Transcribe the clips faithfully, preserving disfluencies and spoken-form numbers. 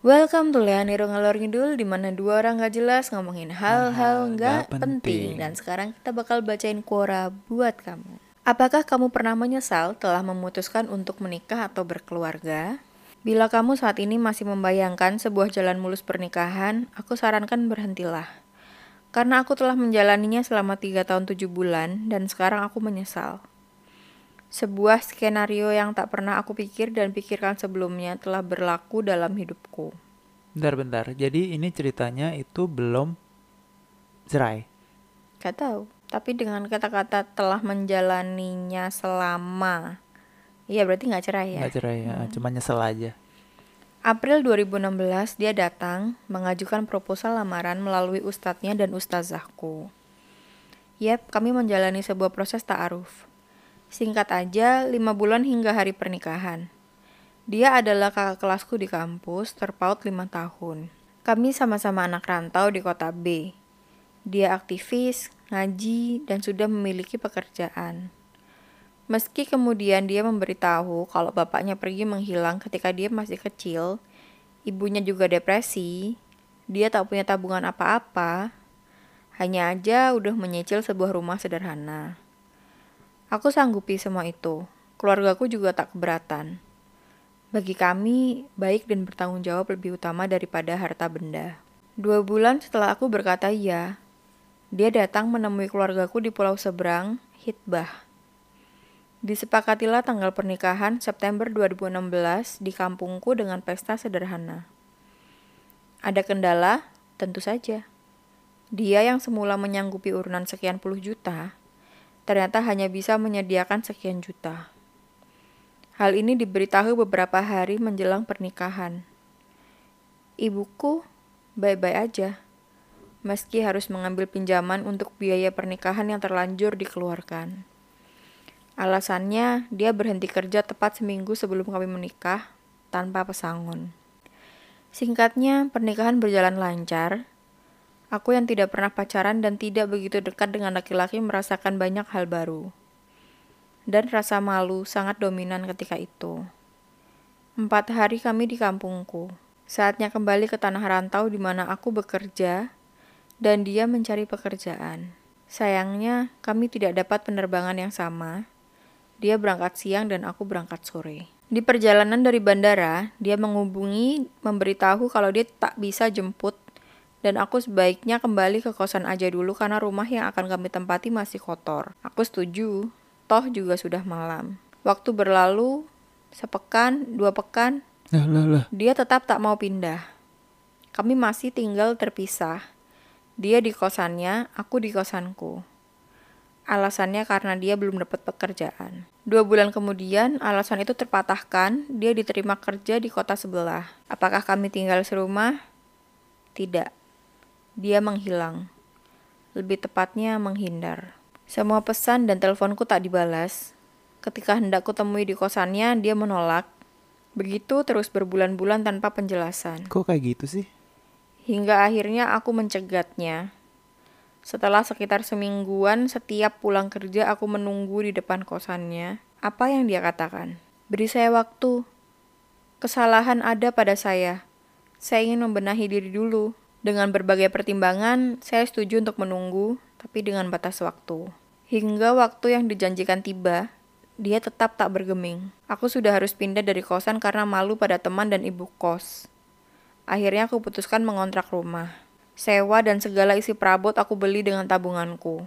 Welcome to Leoniro Ngalor Ngidul, di mana dua orang gak jelas ngomongin hal-hal Hal-hal gak nggak penting. penting. Dan sekarang kita bakal bacain Quora buat kamu. Apakah kamu pernah menyesal telah memutuskan untuk menikah atau berkeluarga? Bila kamu saat ini masih membayangkan sebuah jalan mulus pernikahan, aku sarankan berhentilah. Karena aku telah menjalaninya selama tiga tahun tujuh bulan dan sekarang aku menyesal. Sebuah skenario yang tak pernah aku pikir dan pikirkan sebelumnya telah berlaku dalam hidupku. Bentar-bentar, jadi ini ceritanya itu belum cerai. Gak tahu. Tapi dengan kata-kata telah menjalaninya selama, iya berarti gak cerai ya. Nggak cerai ya, cuma nyesel aja. April dua ribu enam belas dia datang mengajukan proposal lamaran melalui ustadznya dan ustazahku. Yap, kami menjalani sebuah proses ta'aruf. Singkat aja, lima bulan hingga hari pernikahan. Dia adalah kakak kelasku di kampus, terpaut lima tahun. Kami sama-sama anak rantau di kota B. Dia aktivis, ngaji, dan sudah memiliki pekerjaan. Meski kemudian dia memberitahu kalau bapaknya pergi menghilang ketika dia masih kecil, ibunya juga depresi, dia tak punya tabungan apa-apa, hanya aja udah menyicil sebuah rumah sederhana. Aku sanggupi semua itu. Keluargaku juga tak keberatan. Bagi kami, baik dan bertanggung jawab lebih utama daripada harta benda. Dua bulan setelah aku berkata iya, dia datang menemui keluargaku di pulau seberang, Hitbah. Disepakatilah tanggal pernikahan September dua ribu enam belas di kampungku dengan pesta sederhana. Ada kendala? Tentu saja. Dia yang semula menyanggupi urunan sekian puluh juta, ternyata hanya bisa menyediakan sekian juta. Hal ini diberitahu beberapa hari menjelang pernikahan. Ibuku baik-baik aja, meski harus mengambil pinjaman untuk biaya pernikahan yang terlanjur dikeluarkan. Alasannya, dia berhenti kerja tepat seminggu sebelum kami menikah, tanpa pesangon. Singkatnya, pernikahan berjalan lancar. Aku yang tidak pernah pacaran dan tidak begitu dekat dengan laki-laki merasakan banyak hal baru. Dan rasa malu sangat dominan ketika itu. Empat hari kami di kampungku. Saatnya kembali ke tanah rantau di mana aku bekerja dan dia mencari pekerjaan. Sayangnya, kami tidak dapat penerbangan yang sama. Dia berangkat siang dan aku berangkat sore. Di perjalanan dari bandara, dia menghubungi memberitahu kalau dia tak bisa jemput dan aku sebaiknya kembali ke kosan aja dulu karena rumah yang akan kami tempati masih kotor. Aku setuju, toh juga sudah malam. Waktu berlalu, sepekan, dua pekan, Lah, lah, lah. dia tetap tak mau pindah. Kami masih tinggal terpisah. Dia di kosannya, aku di kosanku. Alasannya karena dia belum dapat pekerjaan. Dua bulan kemudian, alasan itu terpatahkan, dia diterima kerja di kota sebelah. Apakah kami tinggal serumah? Tidak. Dia menghilang. Lebih tepatnya menghindar. Semua pesan dan teleponku tak dibalas. Ketika hendak kutemui di kosannya, dia menolak. Begitu terus berbulan-bulan tanpa penjelasan. Kok kayak gitu sih? Hingga akhirnya aku mencegatnya. Setelah sekitar semingguan, setiap pulang kerja aku menunggu di depan kosannya. Apa yang dia katakan? Beri saya waktu. Kesalahan ada pada saya. Saya ingin membenahi diri dulu. Dengan berbagai pertimbangan, saya setuju untuk menunggu, tapi dengan batas waktu. Hingga waktu yang dijanjikan tiba, dia tetap tak bergeming. Aku sudah harus pindah dari kosan karena malu pada teman dan ibu kos. Akhirnya aku putuskan mengontrak rumah. Sewa dan segala isi perabot aku beli dengan tabunganku.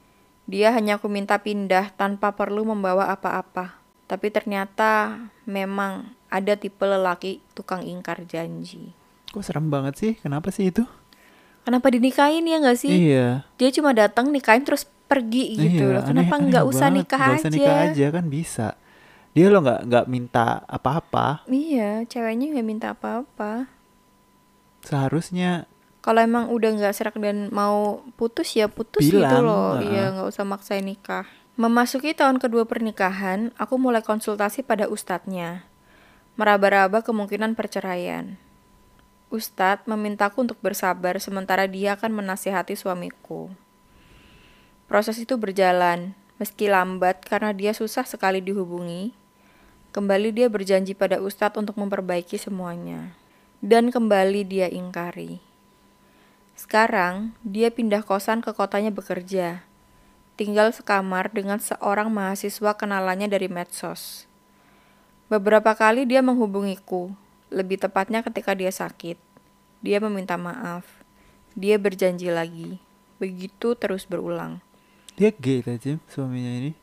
Dia hanya aku minta pindah tanpa perlu membawa apa-apa. Tapi ternyata memang ada tipe lelaki tukang ingkar janji. Kok serem banget sih? Kenapa sih itu? Kenapa dinikahin ya gak sih? Iya. Dia cuma datang nikahin terus pergi gitu Iya, loh. Kenapa aneh- nggak aneh usah banget. nikah Nggak aja? usah nikah aja kan bisa. Dia lo nggak nggak minta apa-apa. Iya, ceweknya nggak minta apa-apa. Seharusnya Kalau emang udah nggak serak dan mau putus ya putus bilang. gitu loh. uh-uh. Iya, nggak usah maksain nikah. Memasuki tahun kedua pernikahan, aku mulai konsultasi pada ustadznya. Meraba-raba kemungkinan perceraian. Ustadz memintaku untuk bersabar sementara dia akan menasihati suamiku. Proses itu berjalan, meski lambat karena dia susah sekali dihubungi. Kembali dia berjanji pada Ustadz untuk memperbaiki semuanya. dan kembali dia ingkari. Sekarang, dia pindah kosan ke kotanya bekerja. Tinggal sekamar dengan seorang mahasiswa kenalannya dari medsos. Beberapa kali dia menghubungiku, lebih tepatnya ketika dia sakit. Dia meminta maaf. Dia berjanji lagi. Begitu terus berulang. Dia gay aja suaminya ini.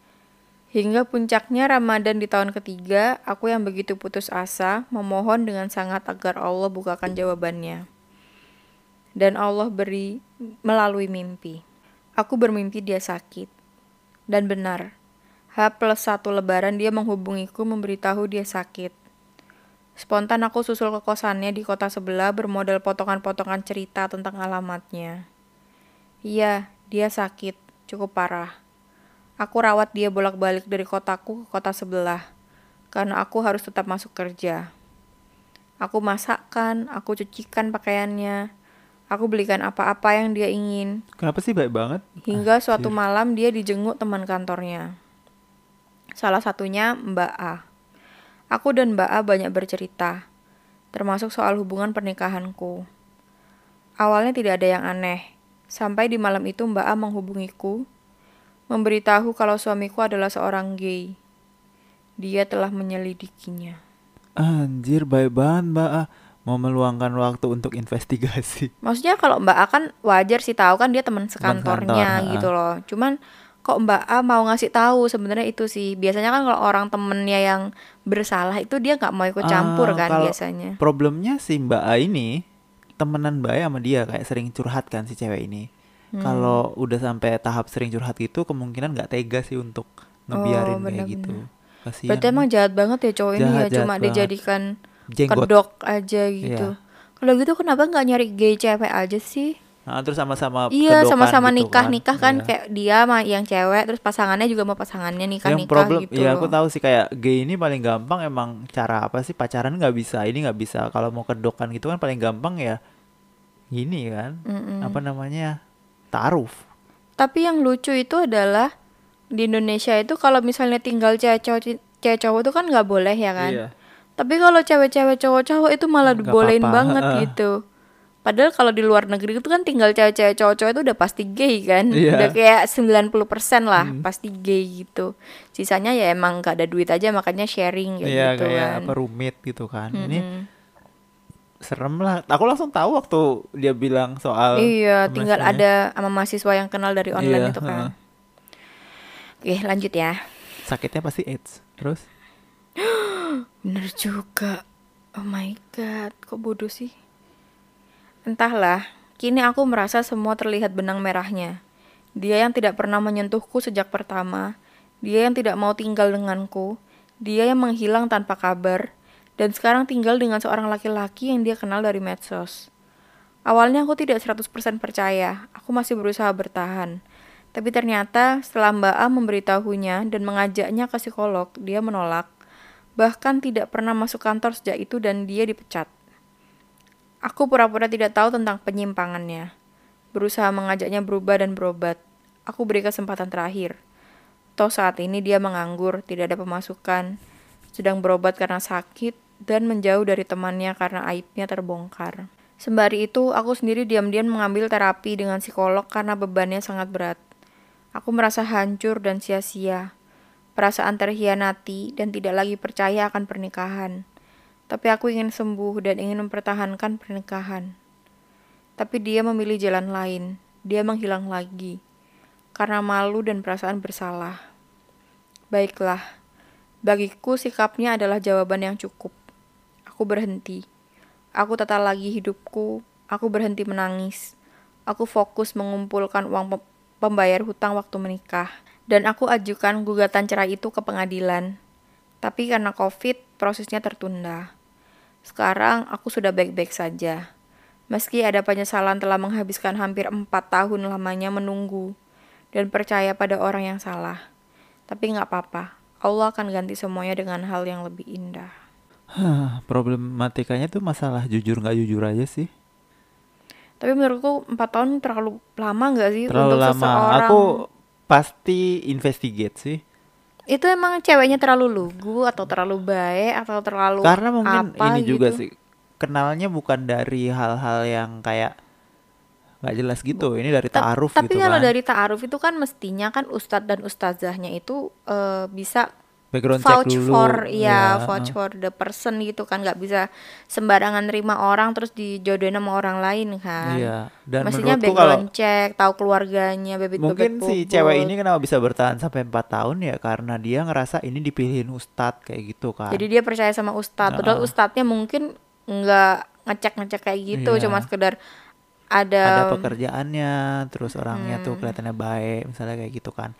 Hingga puncaknya Ramadan di tahun ketiga, aku yang begitu putus asa memohon dengan sangat agar Allah bukakan jawabannya. Dan Allah beri melalui mimpi. Aku bermimpi dia sakit. Dan benar, H plus satu lebaran dia menghubungiku memberitahu dia sakit. Spontan aku susul ke kosannya di kota sebelah bermodal potongan-potongan cerita tentang alamatnya. Iya, dia sakit, cukup parah. Aku rawat dia bolak-balik dari kotaku ke kota sebelah, karena aku harus tetap masuk kerja. Aku masakkan, aku cucikan pakaiannya, aku belikan apa-apa yang dia ingin. Kenapa sih baik banget? Hingga suatu Anjir. malam dia dijenguk teman kantornya. Salah satunya Mbak A. Aku dan Mbak A banyak bercerita, termasuk soal hubungan pernikahanku. Awalnya tidak ada yang aneh, sampai di malam itu Mbak A menghubungiku, memberitahu kalau suamiku adalah seorang gay. Dia telah menyelidikinya. Anjir, baik banget Mbak A. Mau meluangkan waktu untuk investigasi. Maksudnya kalau Mbak A kan wajar sih tahu kan dia teman Teman sekantornya kantor, gitu ha-ha. loh. Cuman kok Mbak A mau ngasih tahu sebenarnya itu sih. Biasanya kan kalau orang temennya yang bersalah itu dia nggak mau ikut campur Ah, kan kalau biasanya. problemnya si Mbak A ini temenan Mbak A sama dia kayak sering curhat kan si cewek ini. Hmm. Kalau udah sampai tahap sering curhat gitu, kemungkinan nggak tega sih untuk Oh ngebiarin kayak gitu. benar-benar. Kasihan Berarti kan? emang jahat banget ya cowok ini ya, Jahat jahat cuma banget. dijadikan Jenggot. kedok aja gitu. Iya. Kalau gitu kenapa nggak nyari gay cewek aja sih? Nah, terus sama-sama Iya, kedokan sama-sama gitu kan. nikah-nikah kan Iya. kayak dia sama yang cewek, terus pasangannya juga sama pasangannya Yang nikah-nikah problem, gitu ya aku loh. tahu sih kayak gay ini paling gampang emang cara apa sih pacaran nggak bisa, ini nggak bisa. Kalau mau kedokan gitu kan paling gampang ya gini kan, apa Mm-mm. namanya, taaruf. Tapi yang lucu itu adalah di Indonesia itu kalau misalnya tinggal cewek cowok cewek cowok itu kan nggak boleh ya kan. Iya. Tapi kalau cewek-cewek cowok-cowok itu malah Nggak dibolehin apa-apa. banget Heeh. gitu. Padahal kalau di luar negeri itu kan tinggal cewek-cewek cowok-cowok itu udah pasti gay kan. Udah Iya. kayak sembilan puluh persen lah Hmm. pasti gay gitu. Sisanya ya emang gak ada duit aja makanya sharing kayak Iya gitu kayak apa kan. rumit gitu kan. Ini Mm-mm. serem lah. Aku langsung tahu waktu dia bilang soal Iya, tinggal semesnya. ada sama mahasiswa yang kenal dari online Iya. itu Heeh. kan. Oke, lanjut ya. Sakitnya pasti AIDS. Terus? Bener juga. Oh my god, kok bodoh sih? Entahlah, kini aku merasa semua terlihat benang merahnya. Dia yang tidak pernah menyentuhku sejak pertama, dia yang tidak mau tinggal denganku, dia yang menghilang tanpa kabar, dan sekarang tinggal dengan seorang laki-laki yang dia kenal dari medsos. Awalnya aku tidak seratus persen percaya, aku masih berusaha bertahan. Tapi ternyata setelah Mbak A memberitahunya dan mengajaknya ke psikolog, dia menolak. Bahkan tidak pernah masuk kantor sejak itu dan dia dipecat. Aku pura-pura tidak tahu tentang penyimpangannya. Berusaha mengajaknya berubah dan berobat. Aku beri kesempatan terakhir. Toh saat ini dia menganggur, tidak ada pemasukan, sedang berobat karena sakit, dan menjauh dari temannya karena aibnya terbongkar. Sembari itu, aku sendiri diam-diam mengambil terapi dengan psikolog karena bebannya sangat berat. Aku merasa hancur dan sia-sia. Perasaan terhianati dan tidak lagi percaya akan pernikahan. Tapi aku ingin sembuh dan ingin mempertahankan pernikahan. Tapi dia memilih jalan lain. Dia menghilang lagi. Karena malu dan perasaan bersalah. Baiklah. Bagiku sikapnya adalah jawaban yang cukup. Aku berhenti. Aku tata lagi hidupku. Aku berhenti menangis. Aku fokus mengumpulkan uang pembayar hutang waktu menikah. Dan aku ajukan gugatan cerai itu ke pengadilan. Tapi karena COVID, prosesnya tertunda. Sekarang aku sudah baik-baik saja. Meski ada penyesalan telah menghabiskan hampir empat tahun lamanya menunggu dan percaya pada orang yang salah. Tapi gak apa-apa, Allah akan ganti semuanya dengan hal yang lebih indah. Hah, problematikanya tuh masalah jujur nggak jujur aja sih. Tapi menurutku empat tahun terlalu lama gak sih Terlalu untuk lama. seseorang? Aku pasti investigate sih. Itu emang ceweknya terlalu lugu atau terlalu baik atau terlalu Karena mungkin apa ini juga gitu? sih. kenalnya bukan dari hal-hal yang kayak nggak jelas gitu. Ini dari Ta- ta'aruf tapi gitu kalau kan. dari ta'aruf itu kan mestinya kan ustadz dan ustazahnya itu eh, bisa Background check vouch for, dulu ya ya. vouch eh. for the person gitu kan, nggak bisa sembarangan nerima orang terus dijodohin sama orang lain kan. Iya. Dan Mestinya menurutku kalau background check, tahu keluarganya, bebet-bebet mungkin si cewek bobot. ini kenapa bisa bertahan sampai empat tahun ya karena dia ngerasa ini dipilihin ustadz kayak gitu Jadi kan. dia percaya sama ustadz, padahal Heeh. ustadznya mungkin nggak ngecek-ngecek kayak gitu, cuma Iya. sekedar Ada ada. pekerjaannya, terus orangnya tuh Hmm, kelihatannya baik, misalnya kayak gitu kan.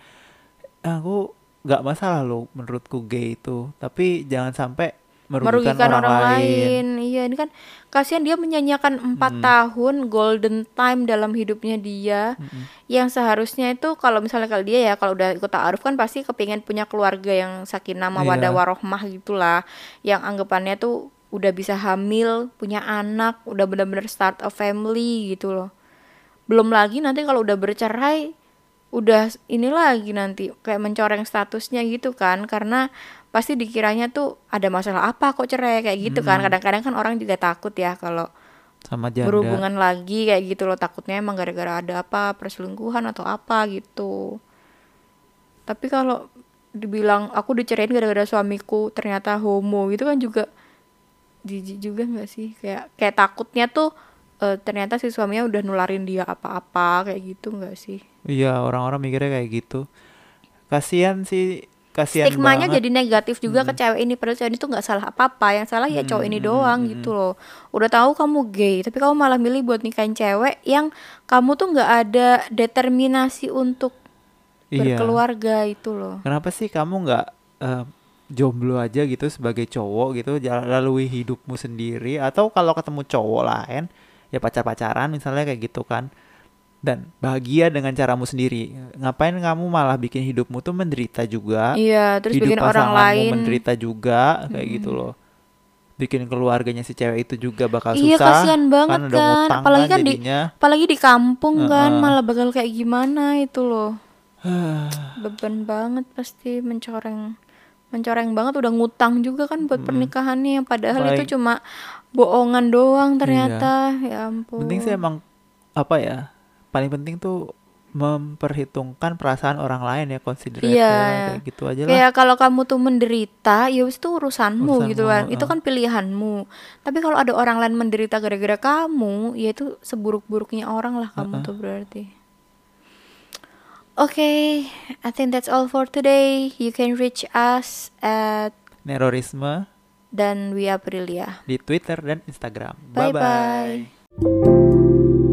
Aku nggak masalah loh menurutku gay itu, tapi jangan sampai merugikan merugikan orang orang lain. lain. Iya, ini kan kasihan dia menyanyiakan empat Mm-mm. tahun golden time dalam hidupnya dia, Mm-mm. yang seharusnya itu kalau misalnya kalau dia ya kalau udah ikut ta'aruf kan pasti kepingin punya keluarga yang sakinah mawaddah Iya. warohmah gitulah, yang anggapannya tuh udah bisa hamil, punya anak, udah benar-benar start a family gitu loh. Belum lagi nanti kalau udah bercerai, udah ini lagi nanti kayak mencoreng statusnya gitu kan, karena pasti dikiranya tuh ada masalah apa kok cerai kayak gitu kan. Mm-mm. Kadang-kadang kan orang juga takut ya kalau Sama janda. berhubungan lagi kayak gitu loh, takutnya emang gara-gara ada apa perselingkuhan atau apa gitu. Tapi kalau dibilang aku dicerain gara-gara suamiku ternyata homo gitu kan juga jijik juga nggak sih, kayak kayak takutnya tuh eh, ternyata si suaminya udah nularin dia apa-apa kayak gitu nggak sih. Iya, orang-orang mikirnya kayak gitu. Kasihan sih, kasihan Stigmanya banget. jadi negatif juga ke Mm-mm. cewek ini, padahal cewek ini tuh nggak salah apa-apa, yang salah ya cowok Mm-mm, ini mm-mm, doang mm-mm. gitu loh. Udah tahu kamu gay tapi kamu malah milih buat nikahin cewek yang kamu tuh nggak ada determinasi untuk Iya. berkeluarga itu loh. Kenapa sih kamu nggak eh, jomblo aja gitu sebagai cowok gitu, jala- lalui hidupmu sendiri, atau kalau ketemu cowok lain ya pacar-pacaran misalnya kayak gitu kan, dan bahagia dengan caramu sendiri. Ngapain kamu malah bikin hidupmu tuh menderita juga, Iya, terus hidup bikin orang pasanganmu lain. menderita juga kayak gitu loh. Bikin keluarganya si cewek itu juga bakal Iya, kasihan susah banget kan, udah kan, ngutang apalagi kan kan di jadinya. apalagi di kampung kan Heeh. malah bakal kayak gimana itu loh. Beban banget pasti, mencoreng mencoreng banget, udah ngutang juga kan buat Mm-mm. pernikahannya yang padahal itu Paling cuma bohongan doang ternyata. iya, Ya penting sih ampun. emang apa ya, paling penting tuh memperhitungkan perasaan orang lain ya, considerate Iya, ya, kayak gitu aja lah. kayak kalau kamu tuh menderita ya wis itu urusanmu gitu Urusanmu. kan, itu Heeh. kan pilihanmu. Tapi kalau ada orang lain menderita gara-gara kamu, ya itu seburuk-buruknya orang lah kamu Heeh. tuh berarti. Okay, I think that's all for today. You can reach us at Nerorisme dan We Aprilia. di Twitter dan Instagram. Bye Bye bye. bye.